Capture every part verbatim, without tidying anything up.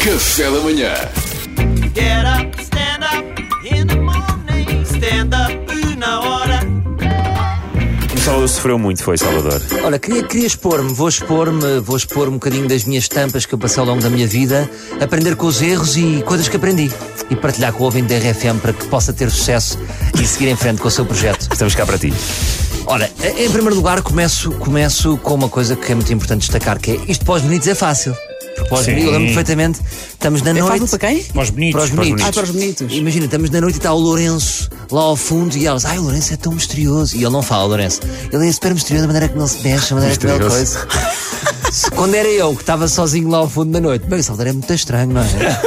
Café da manhã. Get up, stand up in the morning. Stand up na hora. O Salvador sofreu muito, foi, Salvador? Olha, queria, queria expor-me, vou expor-me, vou expor um bocadinho das minhas estampas que eu passei ao longo da minha vida, aprender com os erros e coisas que aprendi e partilhar com o ouvinte da R F M para que possa ter sucesso e seguir em frente com o seu projeto. Estamos cá para ti. Ora, em primeiro lugar começo, começo com uma coisa que é muito importante destacar, que é isto para os bonitos é fácil. Porque para os bonitos, eu lembro perfeitamente, estamos na É noite... fácil para quem? Para os bonitos. Para os bonitos. Ah, para os bonitos. Imagina, estamos na noite e está o Lourenço lá ao fundo e elas, ai, o Lourenço é tão misterioso. E ele não fala, o Lourenço. Ele é super misterioso, da maneira que não se mexe, da maneira que não é coisa. Quando era eu que estava sozinho lá ao fundo da noite, bem, o Salvador é muito estranho, não é?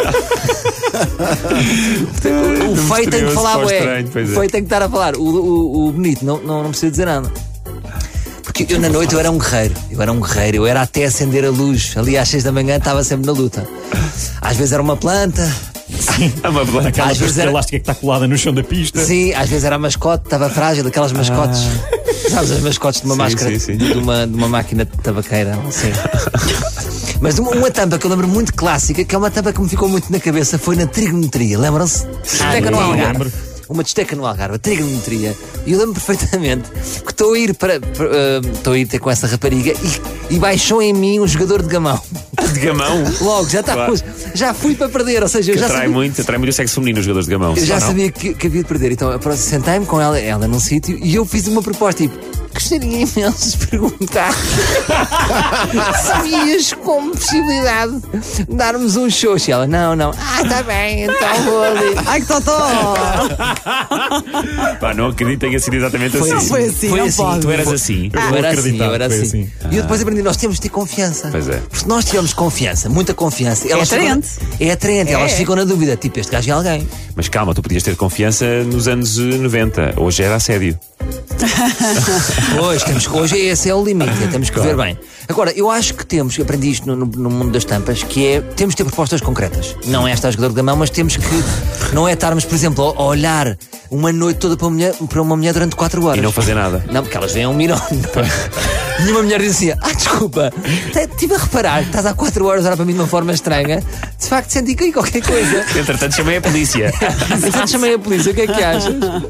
o o feio tem que falar, ué. O feio tem que estar a falar. O, o, o bonito não, não, não precisa dizer nada. Porque eu na noite eu era um guerreiro. Eu era um guerreiro, eu era até acender a luz. Ali às seis da manhã estava sempre na luta. Às vezes era uma planta. Sim, uma planta. Aquela Às vezes era... era- elástica que está colada no chão da pista. Sim, às vezes era a mascote, estava frágil, aquelas mascotes. Sabes, as mascotes de uma Sim, máscara, sim, sim. De, uma, de uma máquina de tabaqueira. Assim. Mas uma, uma tampa que eu lembro muito clássica, que é uma tampa que me ficou muito na cabeça, foi na trigonometria. Lembram-se? Desteca no sim, Algarve. lembro. Uma desteca no Algarve, a trigonometria. E eu lembro perfeitamente que estou a ir para. para, ah, Estou a ir ter com essa rapariga e, e baixou em mim um jogador de gamão. De gamão. Logo, já, está, Claro. já fui para perder. Ou seja, eu Que já atrai sabia, muito, atrai muito o sexo feminino, os jogadores de gamão. eu já Ou não? sabia que, que havia de perder. Então eu sentei-me com ela, ela num sítio, e eu fiz uma proposta tipo. Gostaria imenso de perguntar se vias como possibilidade de darmos um show. E ela, não, não. Ah, está bem, então vou ali. Ai, que totó! Pá, não acredito que tenha sido exatamente Foi assim. Não foi assim, Foi não assim, pode. Tu eras assim. Eu vou era assim, acreditar eu era que foi assim. assim. E eu depois aprendi, nós temos de ter confiança. Pois é. Porque se nós tivermos confiança, muita confiança, elas ficam- atraente. é atraente, elas ficam na dúvida, tipo, este gajo é alguém. Mas calma, tu podias ter confiança nos anos eh, noventa. Hoje era assédio. Pois, temos que, hoje esse é o limite, é, temos que ver bem. Agora, eu acho que temos, aprendi isto no, no, no mundo das tampas, que é, temos de ter propostas concretas. Não é esta a jogador de gamão, mas temos que, não é estarmos, por exemplo, a, a olhar uma noite toda para uma mulher, para uma mulher durante quatro horas. E não fazer nada. Não, porque elas veem um mirão. E uma mulher diz assim, ah, desculpa, estive a reparar que estás há quatro horas a olhar para mim de uma forma estranha. De facto, senti que aí qualquer coisa. Entretanto, chamei a polícia. Então chamei a polícia, o que é que achas?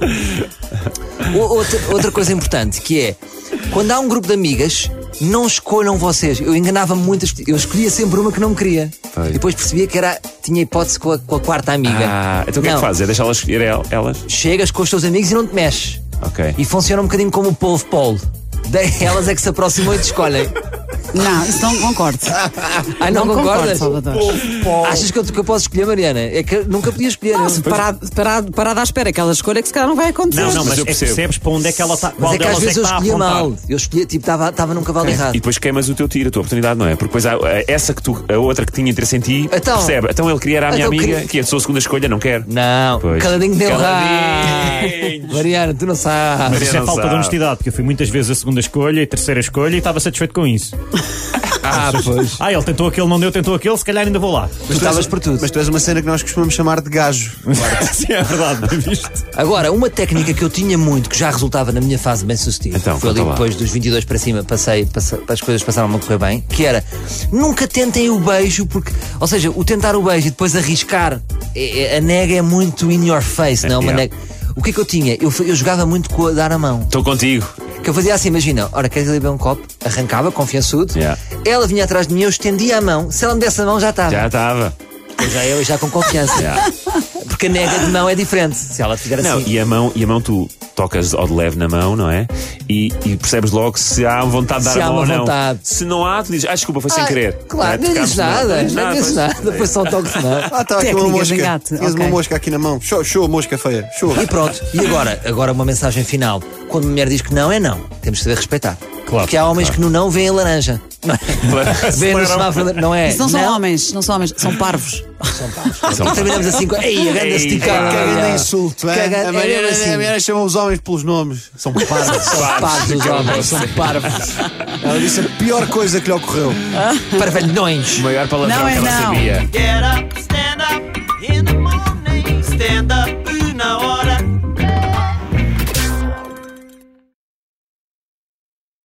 O- Outra, outra coisa importante, que é, quando há um grupo de amigas, não escolham vocês. Eu enganava-me muitas, eu escolhia sempre uma que não me queria. Pois. E depois percebia que era, tinha hipótese com a, com a quarta amiga. Ah, então o que é Não. que fazes? É deixá-las escolher el- elas? Chegas com os teus amigos e não te mexes. Ok. E funciona um bocadinho como o polvo polo. Daí elas é que se aproximam e te escolhem. Não, isso não concordo. Ai, não, concordas? Concordo, Salvador. Achas que eu, que eu posso escolher, Mariana? É que eu nunca podia escolher. Não, se parar, parar, parar à espera aquela escolha que se calhar não vai acontecer. Não, não, Mas mas, eu é que percebo. percebes para onde é que ela está. Mas Qual é que às delas vezes é eu que está a escolhia apontar. mal. Eu escolhia, tipo, estava num cavalo errado. E depois queimas o teu tiro, a tua oportunidade, não é? Porque depois há, eh, essa que tu, a outra que tinha interesse em ti, Então. percebe? Então ele queria era a minha Então amiga, queria- que é a sua segunda escolha, não quer. Não, Pois. caladinho deu Caladinhos. Mariana, tu não sabes. Mas isso é Não falta sabe. de honestidade, porque eu fui muitas vezes a segunda escolha e a terceira escolha e estava satisfeito com isso. Ah, pois. Ah, ele tentou aquele, não deu, tentou aquele, se calhar ainda vou lá. Tu estavas por tudo. Mas tu és uma cena que nós costumamos chamar de gajo. Sim, é verdade, bem visto. Agora, uma técnica que eu tinha muito, que já resultava na minha fase bem sucedida, Então, foi ali conta lá. depois dos vinte e dois para cima, passei, passei, as coisas passaram a correr bem, que era, nunca tentem o beijo, porque, ou seja, o tentar o beijo e depois arriscar, é- é- a nega é muito in your face, não é uma Yeah. nega. O que é que eu tinha? Eu, eu jogava muito com a dar a mão. Estou contigo. Que eu fazia assim, imagina, ora, queres beber um copo? Arrancava, confiançudo. Yeah. Ela vinha atrás de mim, eu estendia a mão. Se ela me desse a mão, já estava. Já estava. Eu já eu já com confiança. Já. Porque a nega de mão é diferente. Se ela te fizer Não, assim. e a mão, e a mão tu tocas ao de leve na mão, não é? E, e percebes logo se há vontade de dar Se a há mão uma ou não. vontade. Se não há, tu dizes, ah, desculpa, foi sem Ah, querer. Claro, Não é? nem dizes Tocámos nada, não, nem nada, dizes pois. nada. Foi só um toque de mão. Ah, está aqui Técnicas uma de mosca. engate, Tinhas ok. uma mosca aqui na mão. Show, show, mosca feia. Show. E pronto. E agora? Agora uma mensagem final. Quando a mulher diz que não, é não. Temos de saber respeitar. Claro, Porque há homens que no não veem a laranja. Não é? Vêem no semáforo, não é? Isso não são homens, não são homens, são parvos. E terminamos assim com. Ei, a grande Ei, esticada. Que grande olha. insulto, é? Caga- A é Mariana, mesmo assim. a Mariana chama os homens pelos nomes. São parvos. São parvos os homens, são parvos. Ela disse a pior coisa que lhe ocorreu. Parvalhões. O maior palavrão Não é que ela não. sabia. Get up, stand up in the morning. Stand up na hora.